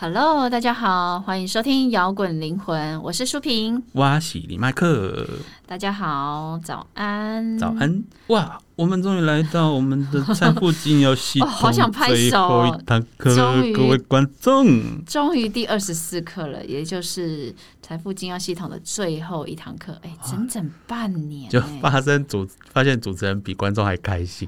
Hello， 大家好，欢迎收听摇滚灵魂，我是舒平， 我是李麦克。 大家好，早安， 早安！哇，我们终于来到我们的财富精要系统好想拍手最后一堂课，各位观众， 终于第24课了，也就是财富精要系统的最后一堂课，整整半年， 就发现主持人比观众还开心。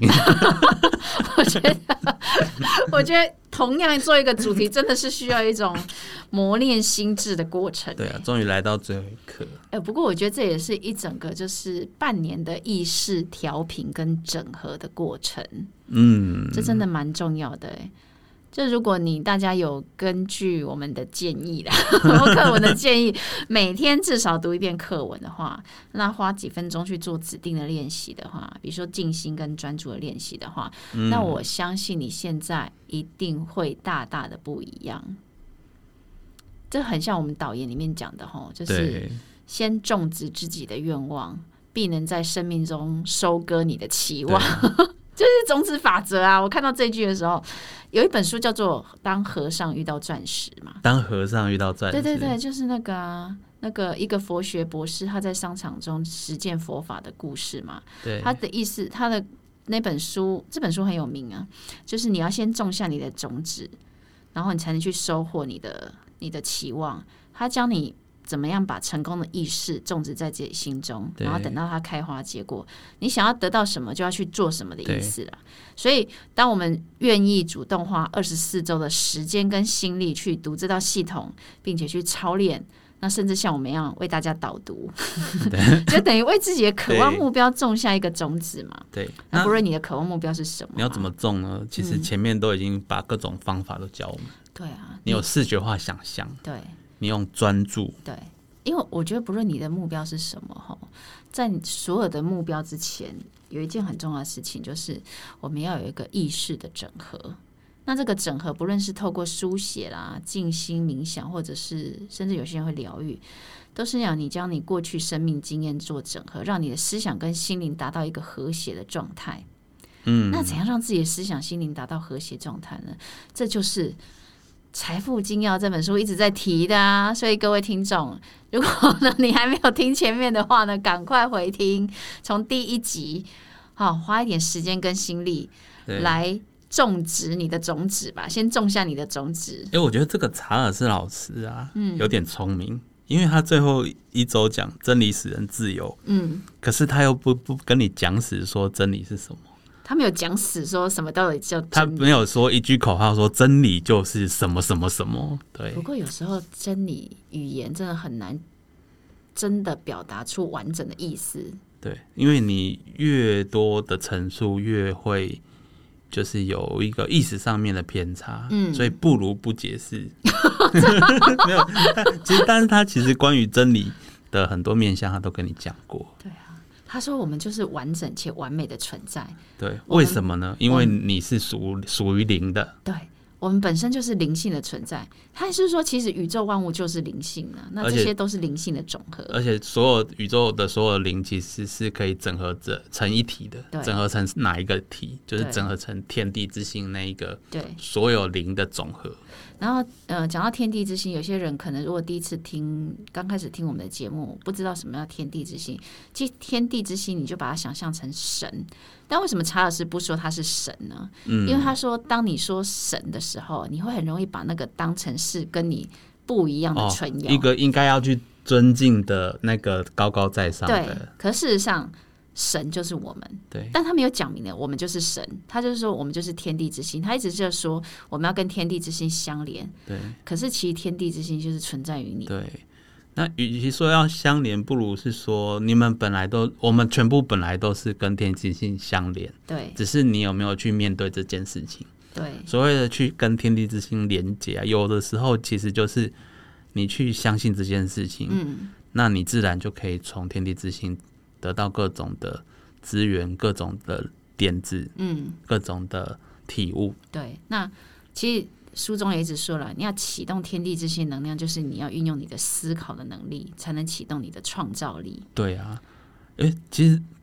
我觉得同样做一个主题，真的是需要一种磨练心智的过程。 对啊，终于来到最后一课。 不过我觉得这也是一整个就是半年的意识调频跟整合的过程。这真的蛮重要的。就如果大家有根据我们的建议啦，课文的建议，每天至少读一遍课文的话，那花几分钟去做指定的练习的话，比如说静心跟专注的练习的话，那我相信你现在一定会大大的不一样。这很像我们导言里面讲的，就是先种植自己的愿望，必能在生命中收割你的期望。就是种子法则啊！我看到这句的时候，有一本书叫做《当和尚遇到钻石》嘛。 当和尚遇到钻石， 对，就是那个一个佛学博士，他在商场中实践佛法的故事嘛。对，他的意思，他的那本书，这本书很有名啊，就是你要先种下你的种子，然后你才能去收获你的期望。他教你怎么样把成功的意识种植在自己心中，然后等到它开花结果，你想要得到什么就要去做什么的意思啦。所以当我们愿意主动花24周的时间跟心力去读这套系统，并且去操练，那甚至像我们一样为大家导读，就等于为自己的渴望目标种下一个种子嘛。对，那不论你的渴望目标是什么， 你要怎么种呢？其实前面都已经把各种方法都教我们。 对啊， 你有视觉化想象，对。你用专注， 对，因为我觉得不论你的目标是什么，在你所有的目标之前，有一件很重要的事情，就是我们要有一个意识的整合。那这个整合，不论是透过书写啦、静心冥想，或者是甚至有些人会疗愈，都是让你将你过去生命经验做整合，让你的思想跟心灵达到一个和谐的状态。那怎样让自己的思想、心灵达到和谐状态呢？这就是财富精要这本书一直在提的啊，所以各位听众，如果你还没有听前面的话呢，赶快回听，从第1集，花一点时间跟心力来种植你的种子吧，先种下你的种子。 我觉得这个查尔斯老师啊，有点聪明，因为他最后一周讲真理使人自由，可是他又不跟你讲死说真理是什么。 他没有讲死说什么到底叫真理， 他没有说一句口号说真理就是什么什么什么。对， 不过有时候真理语言真的很难真的表达出完整的意思。 对，因为你越多的陈述，越会就是有一个意识上面的偏差，所以不如不解释。没有，但是他其实关于真理的很多面向，他都跟你讲过。 对啊。他说我们就是完整且完美的存在。 对，为什么呢？因为你是属于灵的。 对，我们本身就是灵性的存在。他是说其实宇宙万物就是灵性的，那这些都是灵性的总和。而且所有宇宙的所有灵其实是可以整合成一体的。整合成哪一个体？就是整合成天地之心那一个所有灵的总和。 然后讲到天地之心，有些人可能如果第一次刚开始听我们的节目，不知道什么叫天地之心。其实天地之心，你就把它想象成神。但为什么查尔斯不说他是神呢？因为他说，当你说神的时候，你会很容易把那个当成是跟你不一样的存有， 一个应该要去尊敬的那个高高在上的。 对，可事实上神就是我们，对，但他没有讲明的，我们就是神，他就是说我们就是天地之心，他一直就说我们要跟天地之心相连，对。可是其实天地之心就是存在于你， 对。那与其说要相连，不如是说我们全部本来都是跟天地之心相连，对。只是你有没有去面对这件事情？对。所谓的去跟天地之心连结啊，有的时候其实就是你去相信这件事情，那你自然就可以从天地之心得到各种的资源、各种的点子，各种的体悟。对， 那其实书中也一直说了，你要启动天地之心能量，就是你要运用你的思考的能力，才能启动你的创造力。 对啊，其实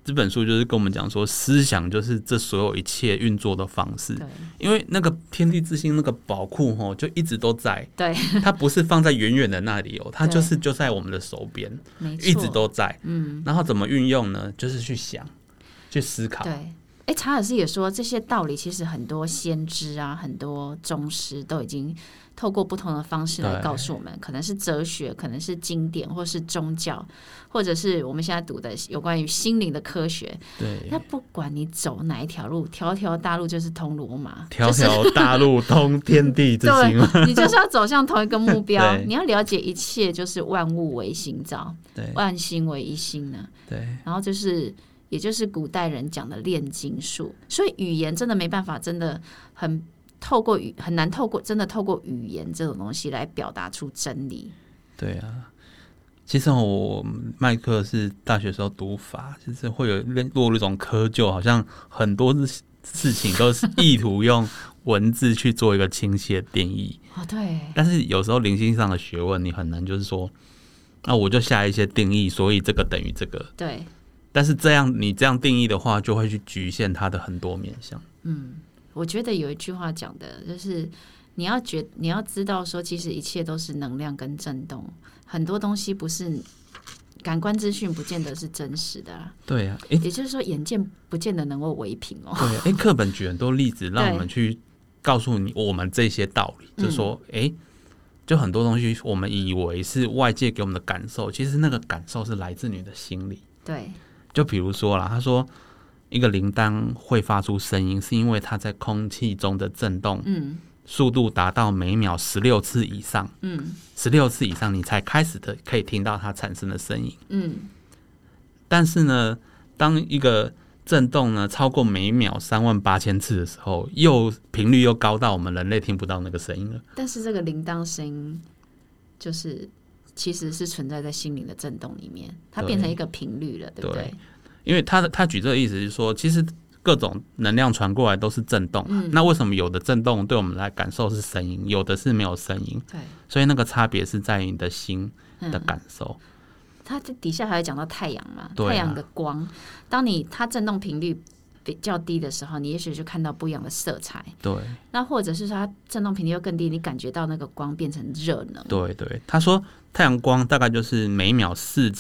这本书就是跟我们讲说，思想就是这所有一切运作的方式。因为那个天地之心那个宝库就一直都在，对，它不是放在远远的那里它就在我们的手边，一直都在。然后怎么运用呢？就是去想，去思考。 对，查尔斯也说，这些道理其实很多先知啊，很多宗师都已经透过不同的方式来告诉我们，可能是哲学，可能是经典，或是宗教，或者是我们现在读的有关于心灵的科学。 对， 那不管你走哪一条路，条条大路就是通罗马， 条条大路通天地之心。 对，你就是要走向同一个目标。你要了解一切就是万物为心造，万心为一心呢。对，然后也就是古代人讲的炼金术。所以语言真的没办法，真的很难透过语言这种东西来表达出真理。 对啊，其实我麦克是大学时候读法，就是会有落入一种窠臼，好像很多事情都是意图用文字去做一个清晰的定义。 对。 但是有时候灵性上的学问，你很难就是说，那我就下一些定义，所以这个等于这个。 对。 但是你这样定义的话，就会去局限它的很多面向。 我觉得有一句话讲的就是你要知道说，其实一切都是能量跟震动，很多东西不是感官资讯不见得是真实的啦。 对啊， 也就是说眼见不见得能够为凭对，课本举很多例子让我们去告诉你我们这些道理，就是说就很多东西我们以为是外界给我们的感受，其实那个感受是来自你的心里。 对， 就比如说啦，他说一个铃铛会发出声音，是因为它在空气中的震动，速度达到每秒16次以上，16次以上你才开始的可以听到它产生的声音。但是呢，当一个震动呢超过每秒38000次的时候，频率又高到我们人类听不到那个声音了。 但是这个铃铛声音其实是存在在心灵的震动里面，它变成一个频率了，对不对？ 因为他举这个意思是说，其实各种能量传过来都是震动，那为什么有的震动对我们来感受是声音，有的是没有声音？对，所以那个差别是在于你的心的感受。 它底下还有讲到太阳嘛，太阳的光，当它震动频率比较低的时候，你也许就看到不一样的色彩。对，那或者是说它震动频率又更低，你感觉到那个光变成热能。对对，他说太阳光大概就是每秒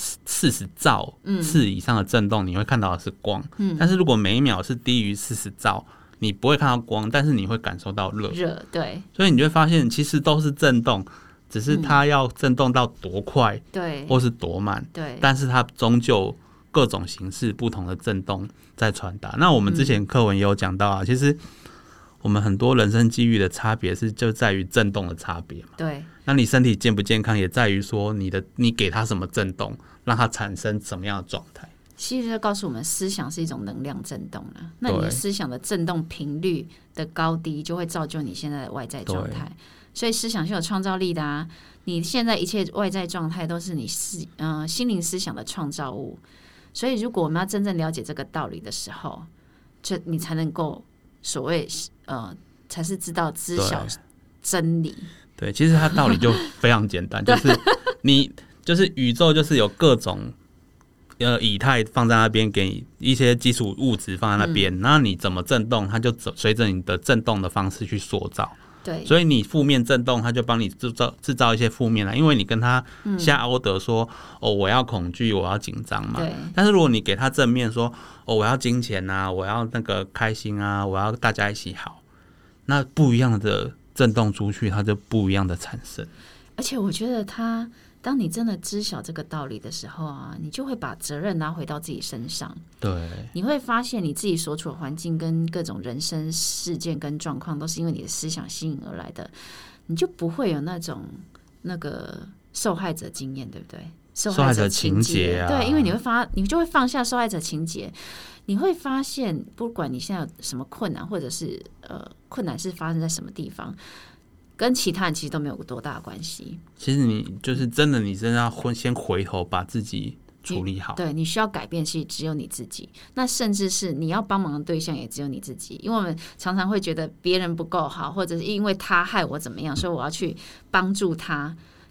40兆次以上的震动，你会看到的是光。但是如果每秒是低于40兆，你不会看到光，但是你会感受到热。对，所以你就会发现其实都是震动，只是它要震动到多快，对，或是多慢，对，但是它终究各种形式不同的震动在传达。那我们之前课文也有讲到啊，其实我们很多人生际遇的差别就在于震动的差别嘛。对，那你身体健不健康也在于说你给它什么震动，让它产生什么样的状态。 其实就告诉我们，思想是一种能量震动了。那你的思想的震动频率的高低，就会造就你现在的外在状态。所以思想是有创造力的啊！你现在一切外在状态都是你心灵思想的创造物。所以，如果我们要真正了解这个道理的时候，你才能够所谓才是知道知晓真理。 对，其实它道理就非常简单，就是宇宙就是有各种以太放在那边，给你一些基础物质放在那边，那你怎么震动，它就随着你的震动的方式去塑造。对，所以你负面震动，它就帮你制造一些负面来，因为你跟他下order说，我要恐惧，我要紧张嘛。对。但是如果你给他正面说，我要金钱啊，我要那个开心啊，我要大家一起好，那不一样的震动出去，它就不一样的产生。 而且我觉得当你真的知晓这个道理的时候啊，你就会把责任拿回到自己身上。对，你会发现你自己所处的环境跟各种人生事件跟状况，都是因为你的思想吸引而来的，你就不会有那个受害者经验，对不对？受害者情节啊，对，因为你就会放下受害者情节，你会发现，不管你现在有什么困难，或者是困难是发生在什么地方。跟其他人其实都没有多大的关系。 其实你就是真的要先回头把自己处理好。 对，你需要改变，其实只有你自己。那甚至是你要帮忙的对象也只有你自己，因为我们常常会觉得别人不够好，或者是因为他害我怎么样，所以我要去帮助他。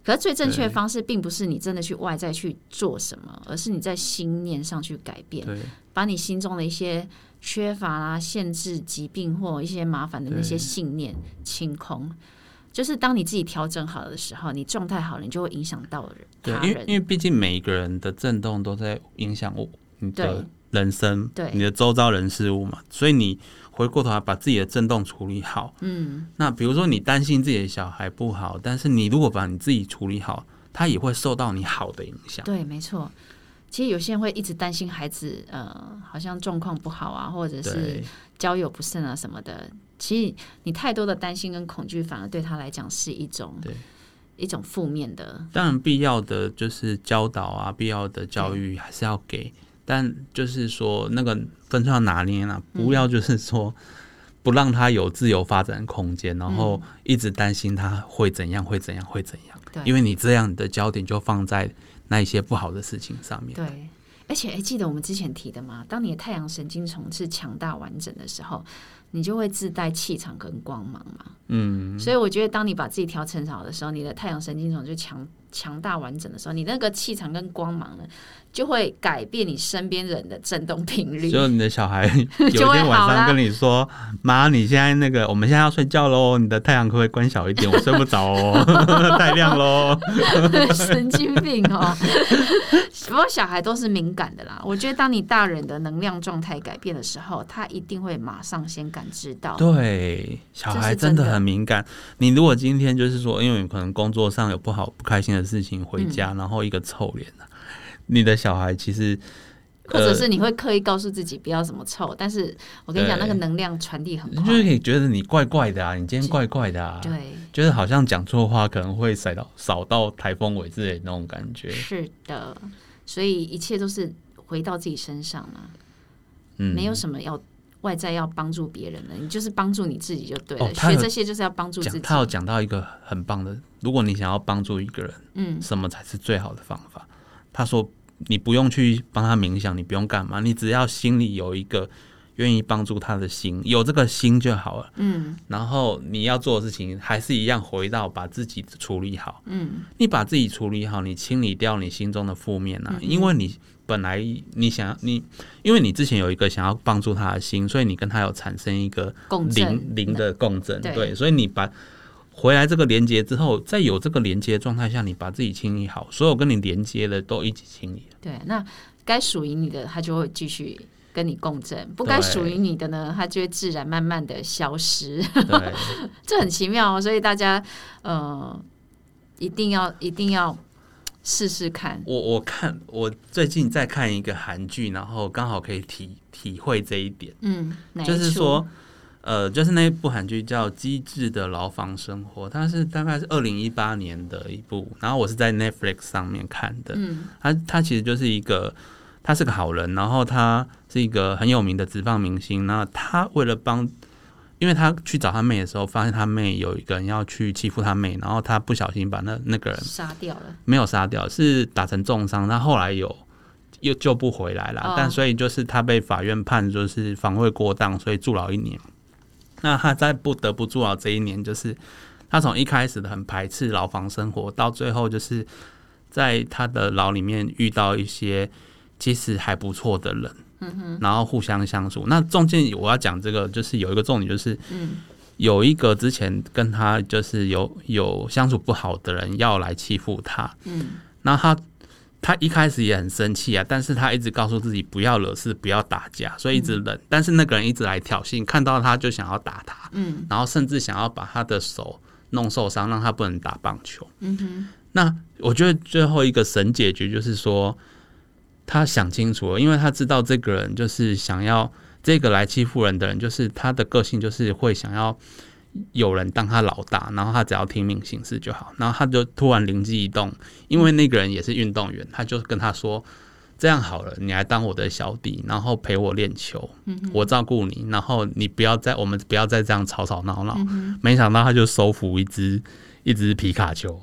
可是最正确的方式，并不是你真的去外在去做什么，而是你在心念上去改变，把你心中的一些缺乏啦、限制、疾病或一些麻烦的那些信念清空。就是当你自己调整好的时候，你状态好了，你就会影响到人。 对，因为毕竟每一个人的震动都在影响你的人生，你的周遭人事物嘛，所以你回过头来把自己的震动处理好。那比如说你担心自己的小孩不好，但是你如果把你自己处理好，他也会受到你好的影响。 对，没错。其实有些人会一直担心孩子，好像状况不好啊，或者是交友不慎啊什么的。其实你太多的担心跟恐惧，反而对他来讲是一种负面的。 当然，必要的就是教导啊，必要的教育还是要给，但就是说那个分寸要拿捏啊，不要就是说不让他有自由发展空间，然后一直担心他会怎样，会怎样，会怎样。因为你这样，你的焦点就放在那一些不好的事情上面。 对，而且记得我们之前提的嘛，当你的太阳神经丛是强大完整的时候，你就会自带气场跟光芒嘛。所以我觉得当你把自己调整好的时候，你的太阳神经丛就强大完整的时候，你那个气场跟光芒呢，就会改变你身边人的振动频率。 就你的小孩有一天晚上跟你说：“妈，你现在我们现在要睡觉喽，你的太阳可不可以关小一点？我睡不着哦，太亮喽。” 神经病哦！不过小孩都是敏感的啦。我觉得当你大人的能量状态改变的时候，他一定会马上先感知到。 对，小孩真的很敏感。你如果今天就是说，因为你可能工作上有不开心的事情回家，然后一个臭脸你的小孩其实， 或者是你会刻意告诉自己不要什么臭，但是我跟你讲，那个能量传递很快， 就是你觉得你怪怪的啊，你今天怪怪的啊， 对， 就是好像讲错话可能会扫到台风尾之类的那种感觉。 是的，所以一切都是回到自己身上了，没有什么要外在要帮助别人的，你就是帮助你自己就对了。学这些就是要帮助自己。 他有讲到一个很棒的，如果你想要帮助一个人，什么才是最好的方法？他说你不用去帮他冥想，你不用干嘛，你只要心里有一个愿意帮助他的心，有这个心就好了。然后你要做的事情还是一样，回到把自己处理好。你把自己处理好，你清理掉你心中的负面啊，因为你本来因为你之前有一个想要帮助他的心，所以你跟他有产生一个零的共振，对，所以你把回来这个连接之后，在有这个连接的状态下，你把自己清理好，所有跟你连接的都一起清理了。 对，那该属于你的，他就会继续跟你共振；不该属于你的呢，它就会自然慢慢的消失。对，这很奇妙哦，所以大家一定要试试看。 我最近在看一个韩剧，然后刚好可以体会这一点。就是说。就是那一部韩剧叫《机智的牢房生活》，它是大概是2018年的一部，然后我是在 Netflix 上面看的。他其实就是他是个好人，然后他是一个很有名的职棒明星。那他为了因为他去找他妹的时候，发现他妹有一个人要去欺负他妹，然后他不小心把那个人杀掉了， 没有杀掉，是打成重伤。他后来又救不回来了，但所以就是他被法院判就是防卫过当，所以坐牢1年。那他在不得不坐牢这1年，就是他从一开始的很排斥牢房生活，到最后就是在他的牢里面遇到一些其实还不错的人，然后互相相处。那中间我要讲这个，就是有一个重点，就是有一个之前跟他就是有相处不好的人要来欺负他，那他一开始也很生气啊，但是他一直告诉自己不要惹事，不要打架，所以一直忍。但是那个人一直来挑衅，看到他就想要打他，然后甚至想要把他的手弄受伤，让他不能打棒球。那我觉得最后一个神解决就是说，他想清楚了，因为他知道这个人就是想要这个来欺负人的人，就是他的个性就是会想要有人当他老大，然后他只要听命行事就好。然后他就突然灵机一动，因为那个人也是运动员，他就跟他说：“这样好了，你来当我的小弟，然后陪我练球，我照顾你，然后我们不要再这样吵吵闹闹。”没想到他就收服一只皮卡丘，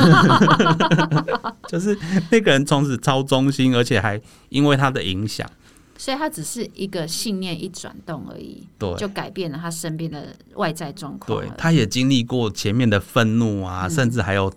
就是那个人从此超忠心，而且还因为他的影响。 所以他只是一个信念一转动而已，就改变了他身边的外在状况。 对，他也经历过前面的愤怒啊，甚至还有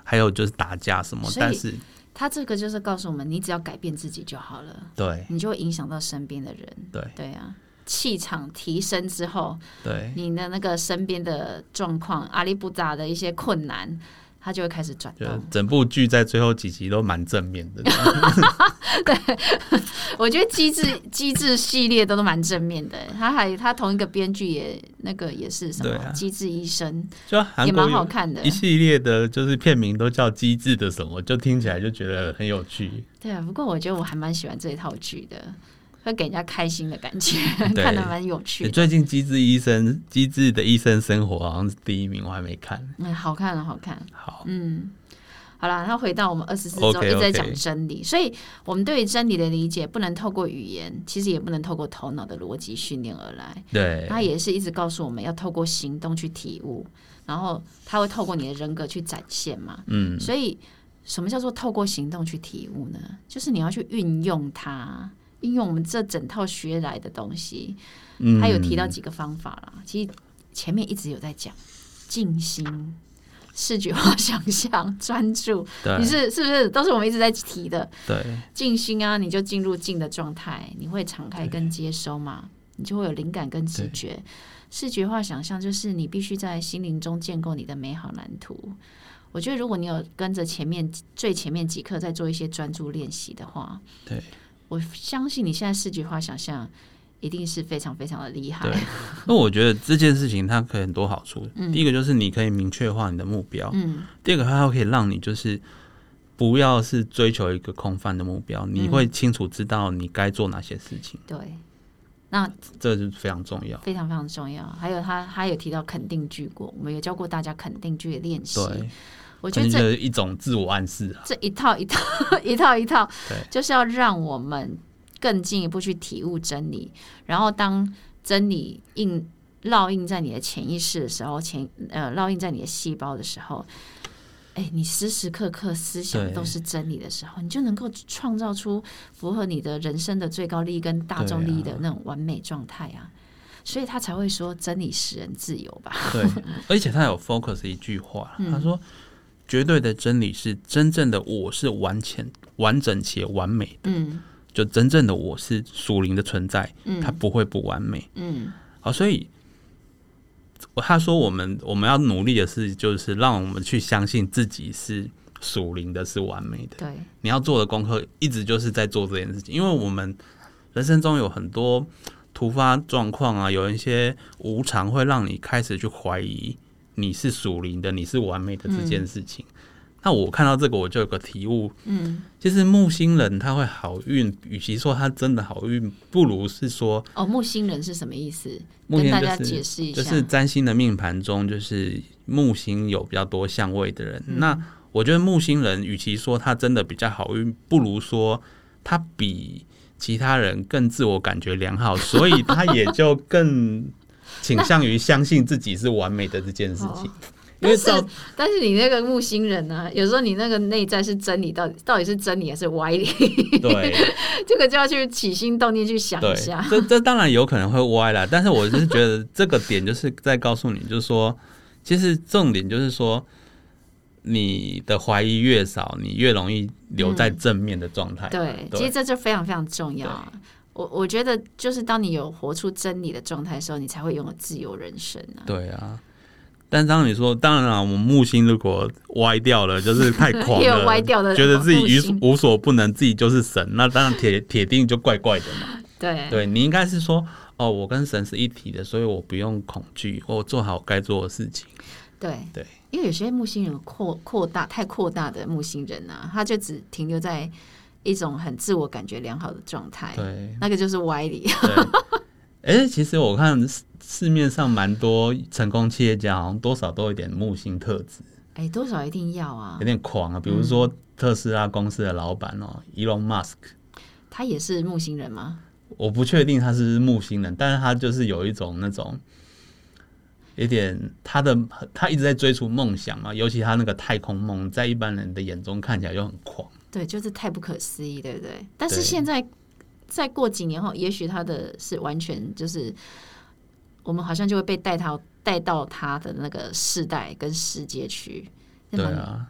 还有就是打架什么，但是他这个就是告诉我们，你只要改变自己就好了， 对， 你就会影响到身边的人，对啊，气场提升之后， 对， 你的那个身边的状况，阿里不达的一些困难，他就会开始转动。 整部剧在最后几集都蛮正面的。 对，我觉得机智系列都蛮正面的。他同一个编剧也是什么机智医生， 就韩国也蛮好看的。 一系列的就是片名都叫机智的什么，就听起来就觉得很有趣。 对啊，不过我觉得我还蛮喜欢这一套剧的。会给人家开心的感觉，看得蛮有趣的。 最近机智的医生生活好像是第1名，我还没看。 好看，好看。 好， 好啦，那回到我们24周一直在讲真理，所以我们对于真理的理解不能透过语言，其实也不能透过头脑的逻辑训练而来。 对， 它也是一直告诉我们要透过行动去体悟，然后它会透过你的人格去展现嘛。所以什么叫做透过行动去体悟呢？就是你要去运用它。运用我们这整套学来的东西，他有提到几个方法啦。其实前面一直有在讲静心、视觉化想象、专注，你是不是都是我们一直在提的？ 对， 静心啊，你就进入静的状态，你会敞开跟接收嘛，你就会有灵感跟直觉。视觉化想象就是你必须在心灵中建构你的美好蓝图。我觉得如果你有跟着最前面几课在做一些专注练习的话， 对。我相信你现在视觉化想象一定是非常非常的厉害。 那我觉得这件事情它可以很多好处。第一个就是你可以明确化你的目标。第二个它可以让你就是不要是追求一个空泛的目标，你会清楚知道你该做哪些事情。 对，那这就非常重要， 非常非常重要。还有他有提到肯定句过，我们有教过大家肯定句的练习。 对。 我觉得这是一种自我暗示啊， 这一套就是要让我们更进一步去体悟真理，然后当真理烙印在你的潜意识的时候，烙印在你的细胞的时候，你时时刻刻思想都是真理的时候，你就能够创造出符合你的人生的最高利益跟大众利益的那种完美状态啊。所以他才会说真理使人自由吧。 对，而且他有 focus 一句话，他说绝对的真理是真正的我是完整且完美的。就真正的我是属灵的存在，它不会不完美。好，所以他说我们要努力的是，就是让我们去相信自己是属灵的，是完美的。 对， 你要做的功课一直就是在做这件事情，因为我们人生中有很多突发状况啊，有一些无常会让你开始去怀疑你是属灵的，你是完美的这件事情。那我看到这个我就有个体悟，其实木星人他会好运，与其说他真的好运，不如是说木星人是什么意思？ 跟大家解释一下。 就是占星的命盘中，就是木星有比较多相位的人。那我觉得木星人与其说他真的比较好运，不如说他比其他人更自我感觉良好，所以他也就更倾向于相信自己是完美的这件事情。 但是你那个木星人呢，有时候你那个内在是真理，到底是真理还是歪理？对，这个就要去起心动念去想一下。 这当然有可能会歪啦，但是我就是觉得这个点就是在告诉你，就是说，其实重点就是说，你的怀疑越少，你越容易留在正面的状态。 对，其实这就非常非常重要。我觉得就是当你有活出真理的状态的时候，你才会拥有自由人生啊。 对啊。但当你说，当然了，我们木星如果歪掉了，就是太狂了，也有歪掉的，觉得自己无所不能，自己就是神，那当然铁定就怪怪的嘛。对，你应该是说，我跟神是一体的，所以我不用恐惧，我做好该做的事情。 对，因为有些木星人太扩大的木星人啊，他就只停留在一种很自我感觉良好的状态，对，那个就是歪理。 其实我看市面上蛮多成功企业家，好像多少都有点木星特质。 多少一定要啊， 有点狂啊。比如说特斯拉公司的老板Elon Musk， 他也是木星人吗？ 我不确定他是木星人，但是他就是有一种那种有点他一直在追逐梦想嘛，尤其他那个太空梦，在一般人的眼中看起来就很狂。对， 就是太不可思议，对不对？但是现在再过几年后，也许他的是完全就是我们好像就会被带到他的那个世代跟世界去。 对啊，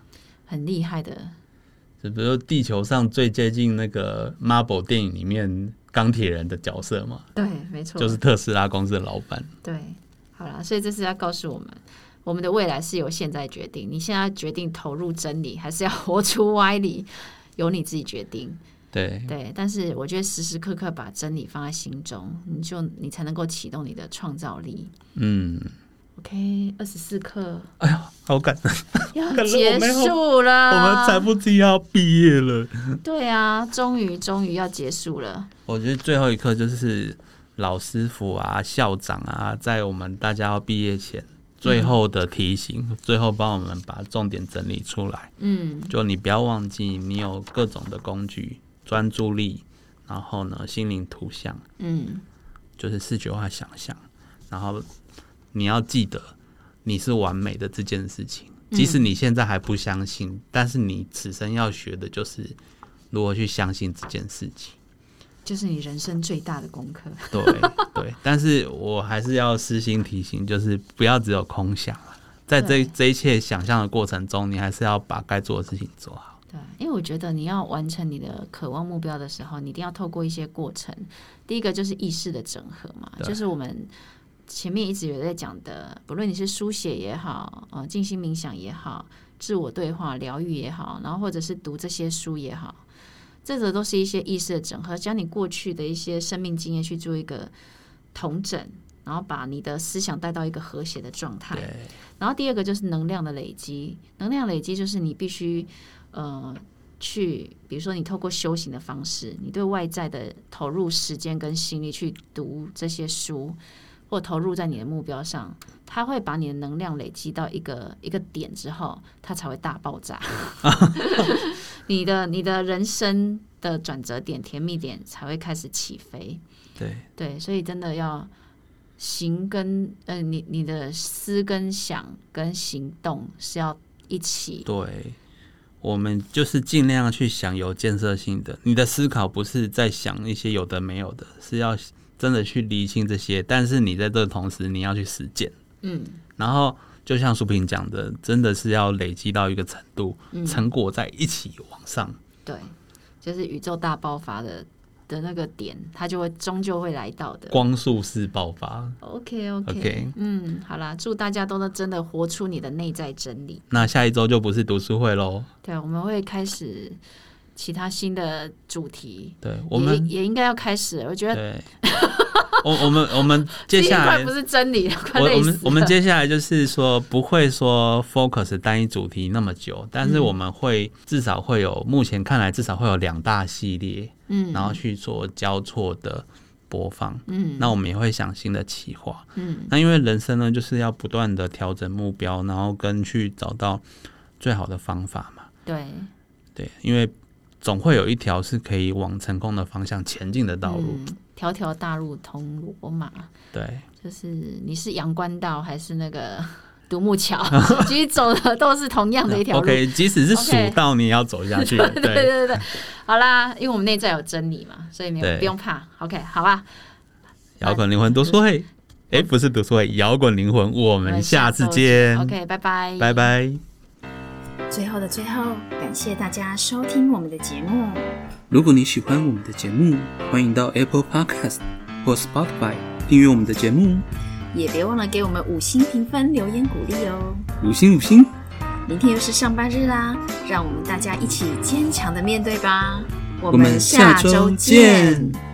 很厉害的。 比如说地球上最接近那个 Marvel 电影里面钢铁人的角色嘛， 对，没错， 就是特斯拉公司的老板。 对，好啦，所以这是要告诉我们的未来是由现在决定，你现在决定投入真理，还是要活出歪理，由你自己决定。对，但是我觉得时时刻刻把真理放在心中，你才能够启动你的创造力。OK， 24课， 哎呀，好感人， 要结束了， 我们才不知要毕业了。 对啊，终于要结束了。 我觉得最后一课就是老师傅啊、校长啊，在我们大家要毕业前，最后的提醒，最后帮我们把重点整理出来。就你不要忘记，你有各种的工具，专注力，然后呢，心灵图像，就是视觉化想象，然后你要记得你是完美的这件事情，即使你现在还不相信，但是你此生要学的就是如何去相信这件事情， 就是你人生最大的功课。 对，但是我还是要私心提醒，就是不要只有空想，在这一切想象的过程中，你还是要把该做的事情做好。 对，因为我觉得你要完成你的渴望目标的时候，你一定要透过一些过程。第一个就是意识的整合嘛，就是我们前面一直有在讲的，不论你是书写也好，静心冥想也好，自我对话疗愈也好，然后或者是读这些书也好，这个都是一些意识的整合，将你过去的一些生命经验去做一个统整，然后把你的思想带到一个和谐的状态。然后第二个就是能量的累积，能量累积就是你必须去，比如说你透过修行的方式，你对外在的投入时间跟心力去读这些书，或投入在你的目标上，它会把你的能量累积到一个点之后，它才会大爆炸。你的人生的转折点、甜蜜点才会开始起飞。对，所以真的要行跟你的思跟想跟行动是要一起。 对，我们就是尽量去想有建设性的。你的思考不是在想一些有的没有的，是要真的去厘清这些，但是你在这个同时你要去实践。然后就像淑萍讲的，真的是要累积到一个程度，成果在一起往上。 对，就是宇宙大爆发的那个点，它就会终究会来到的， 光速式爆发。 OK， 好啦，祝大家都能真的活出你的内在真理。 那下一周就不是读书会咯， 对，我们会开始其他新的主题。 对，我们也应该要开始了，我觉得。 我们接下来不是真理，快累死了。 我们接下来就是说不会说 focus 单一主题那么久，但是我们会至少会有，目前看来至少会有2大系列，然后去做交错的播放。那我们也会想新的企划。那因为人生呢，就是要不断的调整目标，然后跟去找到最好的方法嘛。对，因为总会有一条是可以往成功的方向前进的道路。 条条大路通罗马。 对， 就是你是阳关道还是那个独木桥，其实走的都是同样的一条路。 OK， 即使是蜀道，你也要走下去。 对，好啦，因为我们内在有真理嘛，所以你不用怕。OK， 好吧。 摇滚灵魂读书会，不是读书会，摇滚灵魂，我们下次见。 OK， 拜拜， 拜拜。 最后的最后，感谢大家收听我们的节目。 如果你喜欢我们的节目，欢迎到 Apple Podcast 或 Spotify 订阅我们的节目， 也别忘了给我们5星评分、留言鼓励哦。 5星！ 明天又是上班日啦，让我们大家一起坚强的面对吧。我们下周见。